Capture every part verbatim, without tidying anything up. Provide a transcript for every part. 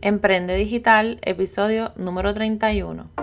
Emprende Digital, episodio número treinta y uno.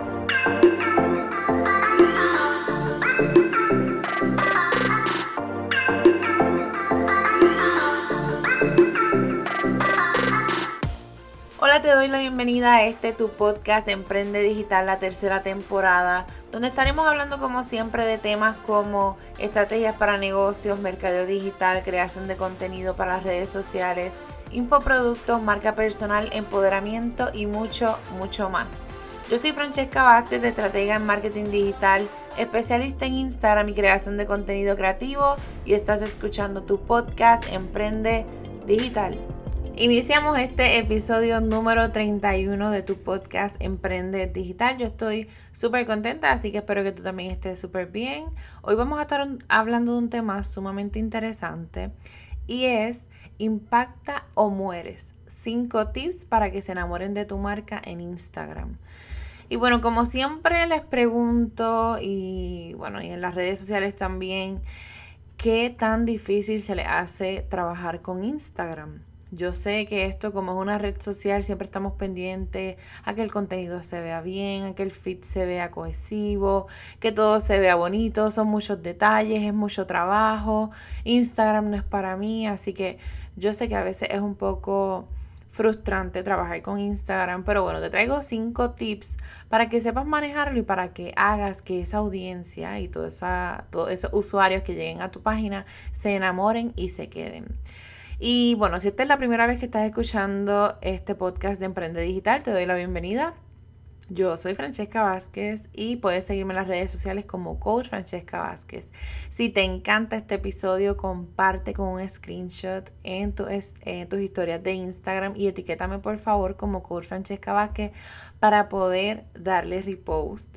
Hola, te doy la bienvenida a este tu podcast Emprende Digital, la tercera temporada, donde estaremos hablando como siempre de temas como estrategias para negocios, mercadeo digital, creación de contenido para las redes sociales, infoproductos, marca personal, empoderamiento y mucho, mucho más. Yo soy Francesca Vázquez, estratega en marketing digital, especialista en Instagram y creación de contenido creativo, y estás escuchando tu podcast Emprende Digital. Iniciamos este episodio número treinta y uno de tu podcast Emprende Digital. Yo estoy súper contenta, así que espero que tú también estés súper bien. Hoy vamos a estar hablando de un tema sumamente interesante y es Impacta o mueres. Cinco tips para que se enamoren de tu marca en Instagram. Y bueno, como siempre les pregunto, y bueno, y en las redes sociales también, ¿qué tan difícil se le hace trabajar con Instagram? Yo sé que esto, como es una red social, siempre estamos pendientes a que el contenido se vea bien, a que el feed se vea cohesivo, que todo se vea bonito, son muchos detalles, es mucho trabajo. Instagram no es para mí, así que yo sé que a veces es un poco frustrante trabajar con Instagram, pero bueno, te traigo cinco tips para que sepas manejarlo y para que hagas que esa audiencia y toda esa, todos esos usuarios que lleguen a tu página se enamoren y se queden. Y bueno, si esta es la primera vez que estás escuchando este podcast de Emprende Digital, te doy la bienvenida. Yo soy Francesca Vázquez y puedes seguirme en las redes sociales como Coach Francesca Vázquez. Si te encanta este episodio, comparte con un screenshot en, tu, en tus historias de Instagram y etiquétame por favor como Coach Francesca Vázquez para poder darle repost.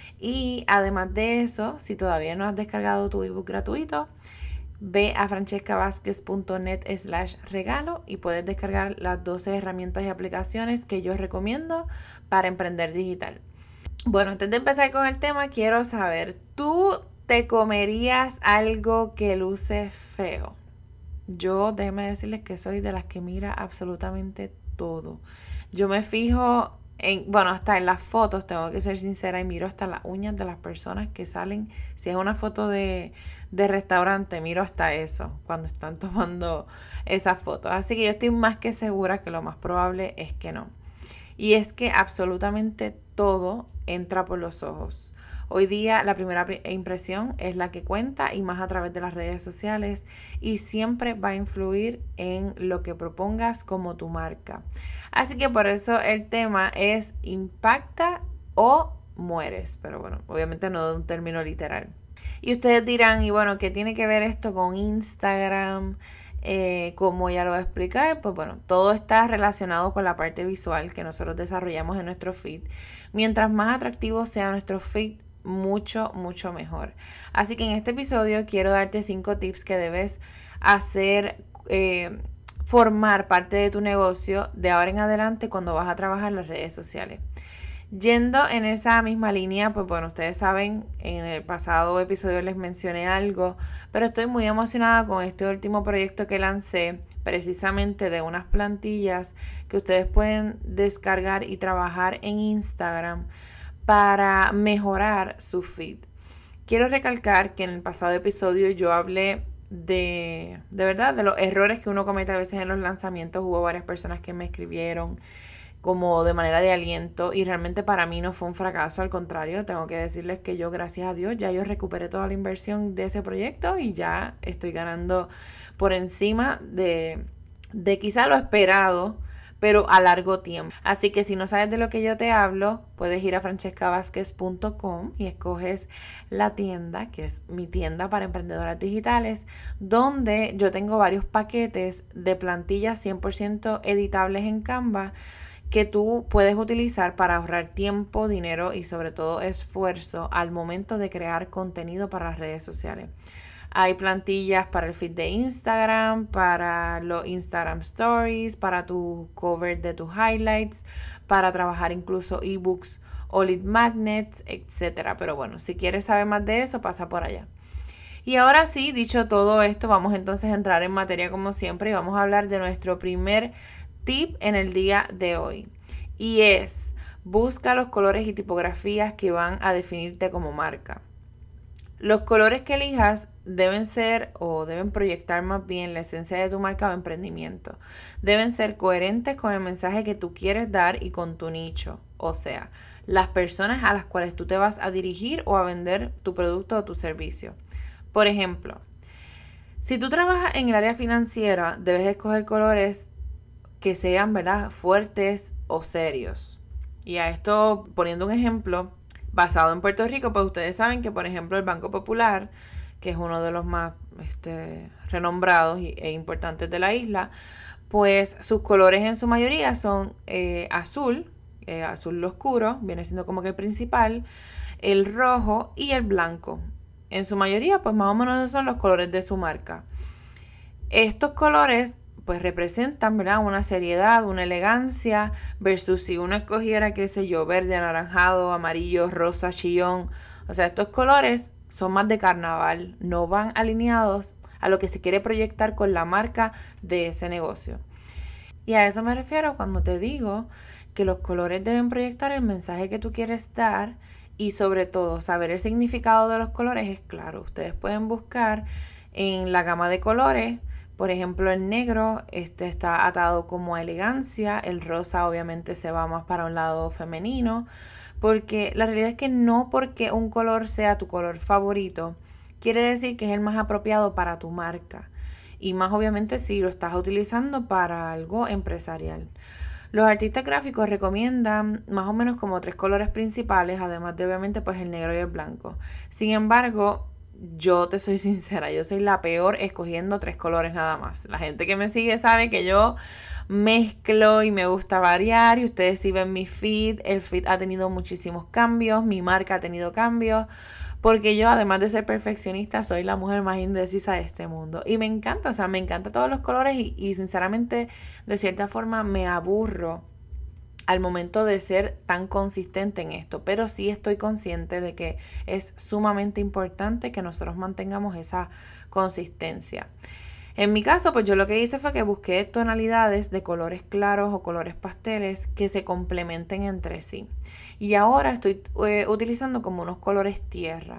Y además de eso, si todavía no has descargado tu ebook gratuito, ve a francescavazquez.net slash regalo y puedes descargar las doce herramientas y aplicaciones que yo recomiendo para emprender digital. Bueno, antes de empezar con el tema, quiero saber, ¿tú te comerías algo que luce feo? Yo, déjenme decirles que soy de las que mira absolutamente todo. Yo me fijo en, bueno, hasta en las fotos, tengo que ser sincera, y miro hasta las uñas de las personas que salen. Si es una foto de, de restaurante, miro hasta eso cuando están tomando esas fotos. Así que yo estoy más que segura que lo más probable es que no. Y es que absolutamente todo entra por los ojos. Hoy día la primera impresión es la que cuenta, y más a través de las redes sociales, y siempre va a influir en lo que propongas como tu marca. Así que por eso el tema es impacta o mueres, pero bueno, obviamente no de un término literal. Y ustedes dirán, y bueno, ¿qué tiene que ver esto con Instagram? Eh, como ya lo voy a explicar, pues bueno, todo está relacionado con la parte visual que nosotros desarrollamos en nuestro feed. Mientras más atractivo sea nuestro feed, mucho, mucho mejor. Así que en este episodio quiero darte cinco tips que debes hacer, eh, formar parte de tu negocio de ahora en adelante cuando vas a trabajar en las redes sociales. Yendo en esa misma línea, pues bueno, ustedes saben, en el pasado episodio les mencioné algo, pero estoy muy emocionada con este último proyecto que lancé, precisamente de unas plantillas que ustedes pueden descargar y trabajar en Instagram para mejorar su feed. Quiero recalcar que en el pasado episodio yo hablé de, de verdad, de los errores que uno comete a veces en los lanzamientos. Hubo varias personas que me escribieron como de manera de aliento, y realmente para mí no fue un fracaso, al contrario, tengo que decirles que yo, gracias a Dios, ya yo recuperé toda la inversión de ese proyecto y ya estoy ganando por encima de, de quizá lo esperado, pero a largo tiempo. Así que si no sabes de lo que yo te hablo, puedes ir a francescavazquez punto com y escoges la tienda, que es mi tienda para emprendedoras digitales, donde yo tengo varios paquetes de plantillas cien por ciento editables en Canva que tú puedes utilizar para ahorrar tiempo, dinero y sobre todo esfuerzo al momento de crear contenido para las redes sociales. Hay plantillas para el feed de Instagram, para los Instagram Stories, para tu cover de tus highlights, para trabajar incluso ebooks o lead magnets, etcétera. Pero bueno, si quieres saber más de eso, pasa por allá. Y ahora sí, dicho todo esto, vamos entonces a entrar en materia como siempre y vamos a hablar de nuestro primer tip en el día de hoy. Y es, busca los colores y tipografías que van a definirte como marca. Los colores que elijas deben ser o deben proyectar más bien la esencia de tu marca o emprendimiento. Deben ser coherentes con el mensaje que tú quieres dar y con tu nicho. O sea, las personas a las cuales tú te vas a dirigir o a vender tu producto o tu servicio. Por ejemplo, si tú trabajas en el área financiera, debes escoger colores que sean, ¿verdad?, fuertes o serios. Y a esto, poniendo un ejemplo, basado en Puerto Rico, pues ustedes saben que, por ejemplo, el Banco Popular, que es uno de los más este, renombrados e importantes de la isla, pues sus colores en su mayoría son eh, azul, eh, azul oscuro, viene siendo como que el principal, el rojo y el blanco. En su mayoría, pues más o menos esos son los colores de su marca. Estos colores pues representan, ¿verdad?, una seriedad, una elegancia, versus si uno escogiera, qué sé yo, verde, anaranjado, amarillo, rosa, chillón. O sea, estos colores son más de carnaval, no van alineados a lo que se quiere proyectar con la marca de ese negocio. Y a eso me refiero cuando te digo que los colores deben proyectar el mensaje que tú quieres dar y sobre todo saber el significado de los colores es claro. Ustedes pueden buscar en la gama de colores. Por ejemplo, el negro este, está atado como a elegancia, el rosa obviamente se va más para un lado femenino, porque la realidad es que no porque un color sea tu color favorito, quiere decir que es el más apropiado para tu marca. Y más obviamente si lo estás utilizando para algo empresarial. Los artistas gráficos recomiendan más o menos como tres colores principales, además de obviamente pues el negro y el blanco. Sin embargo, yo te soy sincera, yo soy la peor escogiendo tres colores nada más. La gente que me sigue sabe que yo mezclo y me gusta variar y ustedes si ven mi feed, el feed ha tenido muchísimos cambios, mi marca ha tenido cambios, porque yo además de ser perfeccionista soy la mujer más indecisa de este mundo y me encanta, o sea, me encantan todos los colores y, y sinceramente de cierta forma me aburro al momento de ser tan consistente en esto, pero sí estoy consciente de que es sumamente importante que nosotros mantengamos esa consistencia. En mi caso, pues yo lo que hice fue que busqué tonalidades de colores claros o colores pasteles que se complementen entre sí. Y ahora estoy eh, utilizando como unos colores tierra.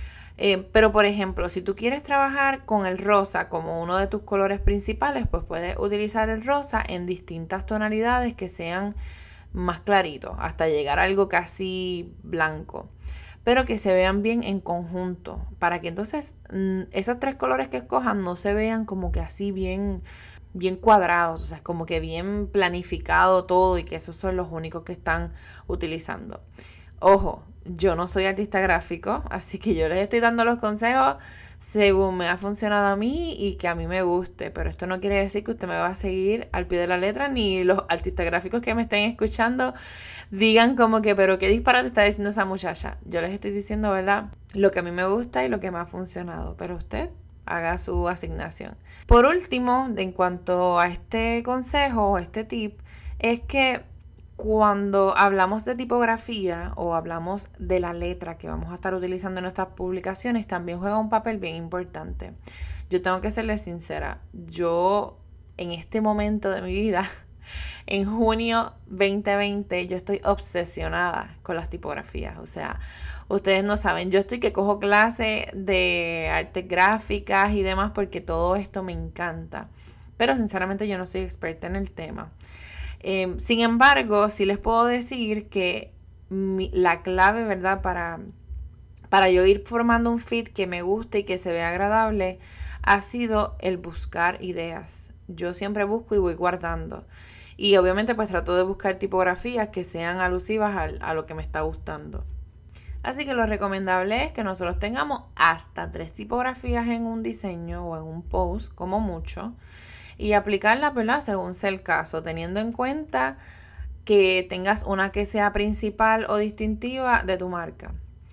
Eh, pero por ejemplo, si tú quieres trabajar con el rosa como uno de tus colores principales, pues puedes utilizar el rosa en distintas tonalidades que sean más clarito, hasta llegar a algo casi blanco, pero que se vean bien en conjunto, para que entonces mmm, esos tres colores que escojan no se vean como que así bien, bien cuadrados, o sea, como que bien planificado todo y que esos son los únicos que están utilizando. Ojo, yo no soy artista gráfico, así que yo les estoy dando los consejos según me ha funcionado a mí y que a mí me guste, pero esto no quiere decir que usted me va a seguir al pie de la letra, ni los artistas gráficos que me estén escuchando digan como que, pero qué disparate está diciendo esa muchacha. Yo les estoy diciendo, ¿verdad?, lo que a mí me gusta y lo que me ha funcionado, pero usted haga su asignación. Por último, en cuanto a este consejo o este tip, es que cuando hablamos de tipografía o hablamos de la letra que vamos a estar utilizando en nuestras publicaciones, también juega un papel bien importante. Yo tengo que serles sincera, yo en este momento de mi vida, en junio veinte veinte, yo estoy obsesionada con las tipografías. O sea, ustedes no saben, yo estoy que cojo clases de artes gráficas y demás porque todo esto me encanta. Pero sinceramente yo no soy experta en el tema. Eh, sin embargo, sí les puedo decir que mi, la clave, ¿verdad?, para, para yo ir formando un feed que me guste y que se vea agradable, ha sido el buscar ideas. Yo siempre busco y voy guardando. Y obviamente pues trato de buscar tipografías que sean alusivas a, a lo que me está gustando. Así que lo recomendable es que nosotros tengamos hasta tres tipografías en un diseño o en un post, como mucho, y aplicarla, ¿verdad?, según sea el caso, teniendo en cuenta que tengas una que sea principal o distintiva de tu marca.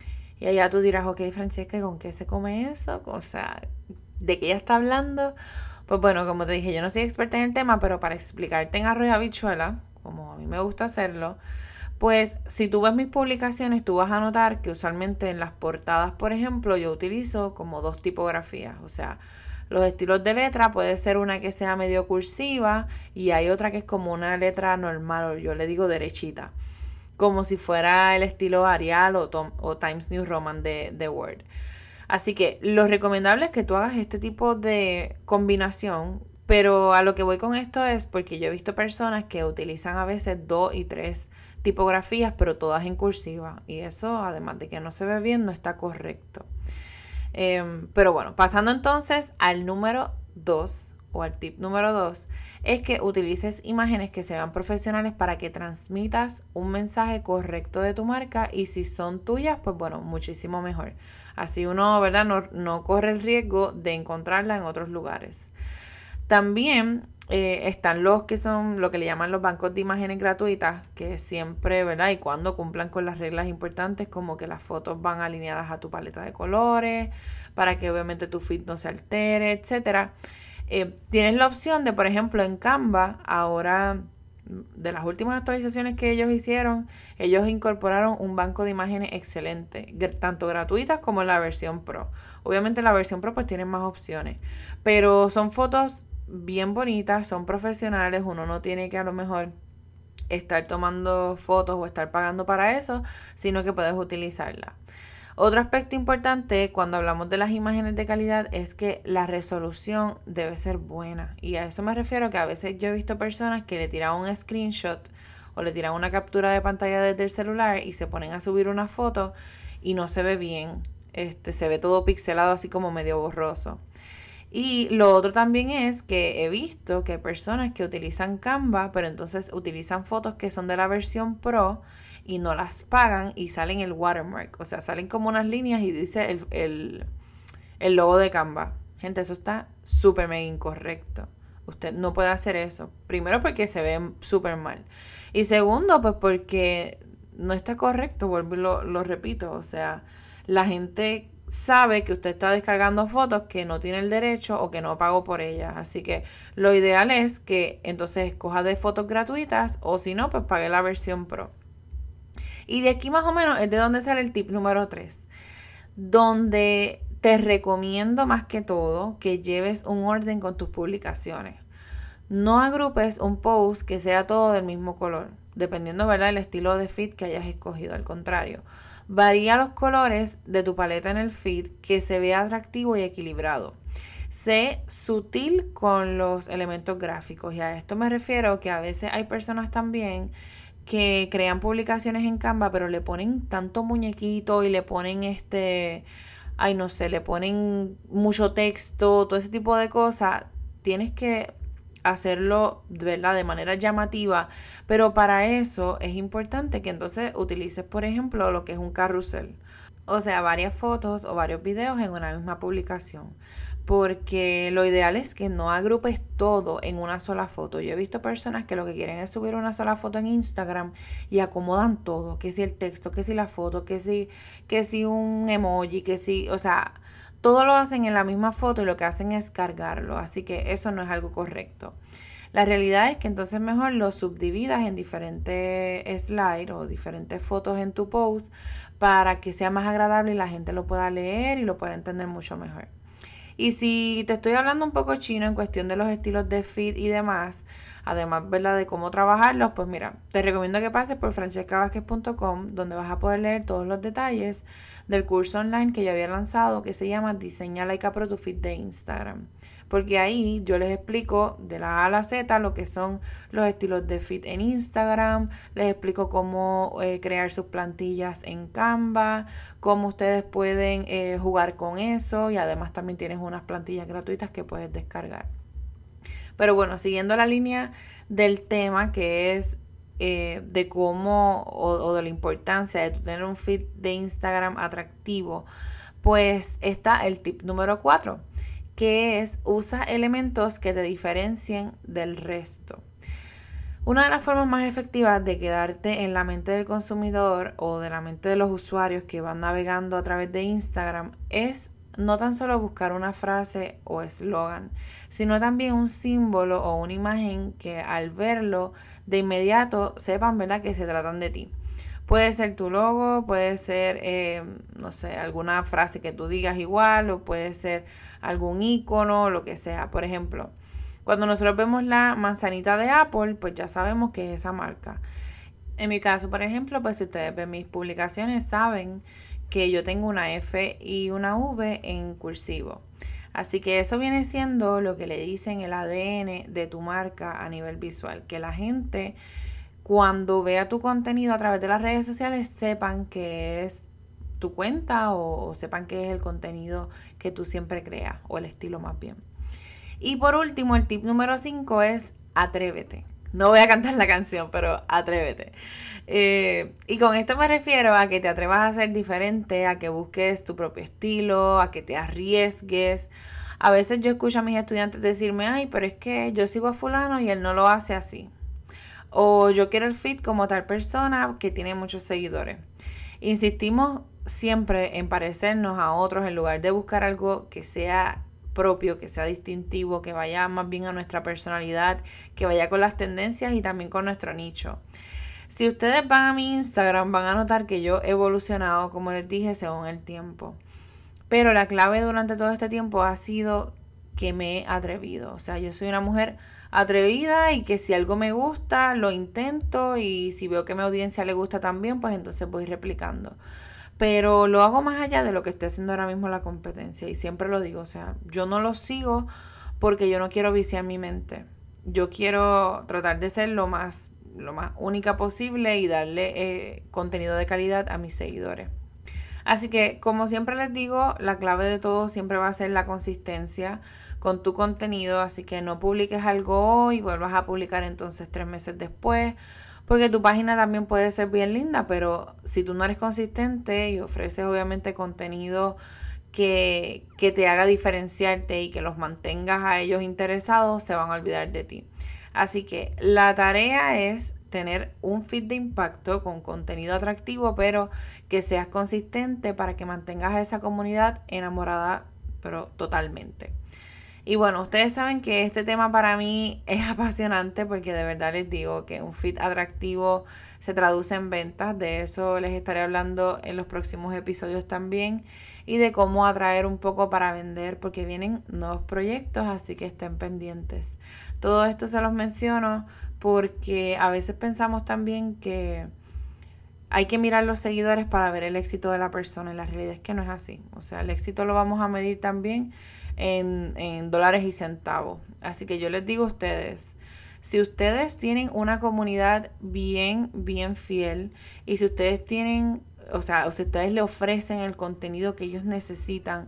Y allá tú dirás, ok, Francesca, ¿con qué se come eso? O sea, ¿de qué ella está hablando? Pues bueno, como te dije, yo no soy experta en el tema, pero para explicarte en arroz y habichuela, como a mí me gusta hacerlo, pues si tú ves mis publicaciones, tú vas a notar que usualmente en las portadas, por ejemplo, yo utilizo como dos tipografías, o sea, Los estilos de letra puede ser una que sea medio cursiva y hay otra que es como una letra normal, o yo le digo derechita, como si fuera el estilo Arial o, Tom, o Times New Roman de, de Word. Así que lo recomendable es que tú hagas este tipo de combinación, pero a lo que voy con esto es porque yo he visto personas que utilizan a veces dos y tres tipografías, pero todas en cursiva, y eso, además de que no se ve bien, no está correcto. Eh, pero bueno, pasando entonces al número dos o al tip número dos, es que utilices imágenes que sean profesionales para que transmitas un mensaje correcto de tu marca, y si son tuyas, pues bueno, muchísimo mejor. Así uno, ¿verdad? No, no corre el riesgo de encontrarla en otros lugares. También eh, están los que son lo que le llaman los bancos de imágenes gratuitas, que siempre, ¿verdad? Y cuando cumplan con las reglas importantes, como que las fotos van alineadas a tu paleta de colores, para que obviamente tu feed no se altere, etcétera. Eh, tienes la opción de, por ejemplo, en Canva, ahora de las últimas actualizaciones que ellos hicieron, ellos incorporaron un banco de imágenes excelente, tanto gratuitas como en la versión Pro. Obviamente la versión Pro pues tiene más opciones, pero son fotos bien bonitas, son profesionales, uno no tiene que a lo mejor estar tomando fotos o estar pagando para eso, sino que puedes utilizarla. Otro aspecto importante cuando hablamos de las imágenes de calidad es que la resolución debe ser buena, y a eso me refiero que a veces yo he visto personas que le tiran un screenshot o le tiran una captura de pantalla desde el celular y se ponen a subir una foto y no se ve bien, este, se ve todo pixelado así como medio borroso. Y lo otro también es que he visto que hay personas que utilizan Canva, pero entonces utilizan fotos que son de la versión Pro y no las pagan y salen el watermark. O sea, salen como unas líneas y dice el, el, el logo de Canva. Gente, eso está súper mega incorrecto. Usted no puede hacer eso. Primero porque se ve súper mal. Y segundo, pues porque no está correcto, vuelvo y lo, lo repito. O sea, la gente sabe que usted está descargando fotos que no tiene el derecho o que no pagó por ellas. Así que lo ideal es que entonces escoja de fotos gratuitas, o si no, pues pague la versión Pro. Y de aquí más o menos es de donde sale el tip número tres, donde te recomiendo más que todo que lleves un orden con tus publicaciones. No agrupes un post que sea todo del mismo color, dependiendo, ¿verdad?, el estilo de feed que hayas escogido. Al contrario, varía los colores de tu paleta en el feed, que se vea atractivo y equilibrado. Sé sutil con los elementos gráficos, y a esto me refiero que a veces hay personas también que crean publicaciones en Canva, pero le ponen tanto muñequito y le ponen este, ay no sé, le ponen mucho texto, todo ese tipo de cosas. Tienes que hacerlo, ¿verdad?, de manera llamativa, pero para eso es importante que entonces utilices, por ejemplo, lo que es un carrusel, o sea, varias fotos o varios videos en una misma publicación, porque lo ideal es que no agrupes todo en una sola foto. Yo he visto personas que lo que quieren es subir una sola foto en Instagram y acomodan todo, que si el texto, que si la foto, que si, que si un emoji, que si, o sea, todo lo hacen en la misma foto y lo que hacen es cargarlo, así que eso no es algo correcto. La realidad es que entonces mejor lo subdividas en diferentes slides o diferentes fotos en tu post para que sea más agradable y la gente lo pueda leer y lo pueda entender mucho mejor. Y si te estoy hablando un poco chino en cuestión de los estilos de feed y demás, además, ¿verdad?, de cómo trabajarlos, pues mira, te recomiendo que pases por francesca vázquez punto com, donde vas a poder leer todos los detalles del curso online que yo había lanzado, que se llama Diseña Like a Pro tu feed de Instagram. Porque ahí yo les explico de la A a la Z lo que son los estilos de feed en Instagram, les explico cómo eh, crear sus plantillas en Canva, cómo ustedes pueden eh, jugar con eso, y además también tienes unas plantillas gratuitas que puedes descargar. Pero bueno, siguiendo la línea del tema, que es eh, de cómo o, o de la importancia de tener un feed de Instagram atractivo, pues está el tip número cuatro, que es usa elementos que te diferencien del resto. Una de las formas más efectivas de quedarte en la mente del consumidor o de la mente de los usuarios que van navegando a través de Instagram es no tan solo buscar una frase o eslogan, sino también un símbolo o una imagen que al verlo de inmediato sepan, ¿verdad?, que se tratan de ti. Puede ser tu logo, puede ser, eh, no sé, alguna frase que tú digas igual, o puede ser algún icono, lo que sea. Por ejemplo, cuando nosotros vemos la manzanita de Apple, pues ya sabemos que es esa marca. En mi caso, por ejemplo, pues si ustedes ven mis publicaciones, saben que yo tengo una F y una V en cursivo. Así que eso viene siendo lo que le dicen el A D N de tu marca a nivel visual. Que la gente, cuando vea tu contenido a través de las redes sociales, sepan que es tu cuenta o, o sepan que es el contenido que tú siempre creas, o el estilo más bien. Y por último, el tip número cinco es atrévete. No voy a cantar la canción, pero atrévete. Eh, y con esto me refiero a que te atrevas a ser diferente, a que busques tu propio estilo, a que te arriesgues. A veces yo escucho a mis estudiantes decirme, ay, pero es que yo sigo a fulano y él no lo hace así. O yo quiero el fit como tal persona que tiene muchos seguidores. Insistimos siempre en parecernos a otros en lugar de buscar algo que sea propio, que sea distintivo, que vaya más bien a nuestra personalidad, que vaya con las tendencias y también con nuestro nicho. Si ustedes van a mi Instagram, van a notar que yo he evolucionado, como les dije, según el tiempo. Pero la clave durante todo este tiempo ha sido que me he atrevido. O sea, yo soy una mujer atrevida y que si algo me gusta, lo intento, y si veo que a mi audiencia le gusta también, pues entonces voy replicando. Pero lo hago más allá de lo que esté haciendo ahora mismo la competencia. Y siempre lo digo, o sea, yo no lo sigo porque yo no quiero viciar mi mente. Yo quiero tratar de ser lo más, lo más única posible y darle eh, contenido de calidad a mis seguidores. Así que, como siempre les digo, la clave de todo siempre va a ser la consistencia con tu contenido. Así que no publiques algo hoy y vuelvas a publicar entonces tres meses después. Porque tu página también puede ser bien linda, pero si tú no eres consistente y ofreces obviamente contenido que, que te haga diferenciarte y que los mantengas a ellos interesados, se van a olvidar de ti. Así que la tarea es tener un feed de impacto con contenido atractivo, pero que seas consistente para que mantengas a esa comunidad enamorada, pero totalmente. Y bueno, ustedes saben que este tema para mí es apasionante porque de verdad les digo que un feed atractivo se traduce en ventas. De eso les estaré hablando en los próximos episodios también. Y de cómo atraer un poco para vender, porque vienen nuevos proyectos, así que estén pendientes. Todo esto se los menciono porque a veces pensamos también que hay que mirar los seguidores para ver el éxito de la persona. Y la realidad es que no es así. O sea, el éxito lo vamos a medir también En, en dólares y centavos. Así que yo les digo a ustedes, si ustedes tienen una comunidad bien, bien fiel, y si ustedes tienen, o sea, o si ustedes le ofrecen el contenido que ellos necesitan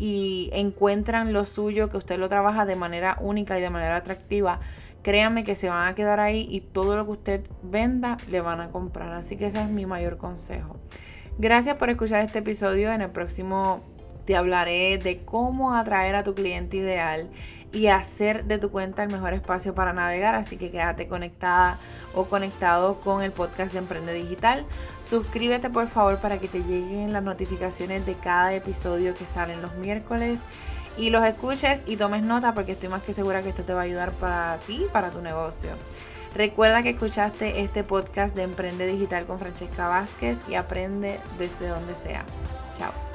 y encuentran lo suyo, que usted lo trabaja de manera única y de manera atractiva, créanme que se van a quedar ahí y todo lo que usted venda le van a comprar. Así que ese es mi mayor consejo. Gracias por escuchar este episodio. En el próximo te hablaré de cómo atraer a tu cliente ideal y hacer de tu cuenta el mejor espacio para navegar. Así que quédate conectada o conectado con el podcast de Emprende Digital. Suscríbete por favor para que te lleguen las notificaciones de cada episodio que salen los miércoles y los escuches y tomes nota, porque estoy más que segura que esto te va a ayudar para ti, para tu negocio. Recuerda que escuchaste este podcast de Emprende Digital con Francesca Vázquez y aprende desde donde sea. Chao.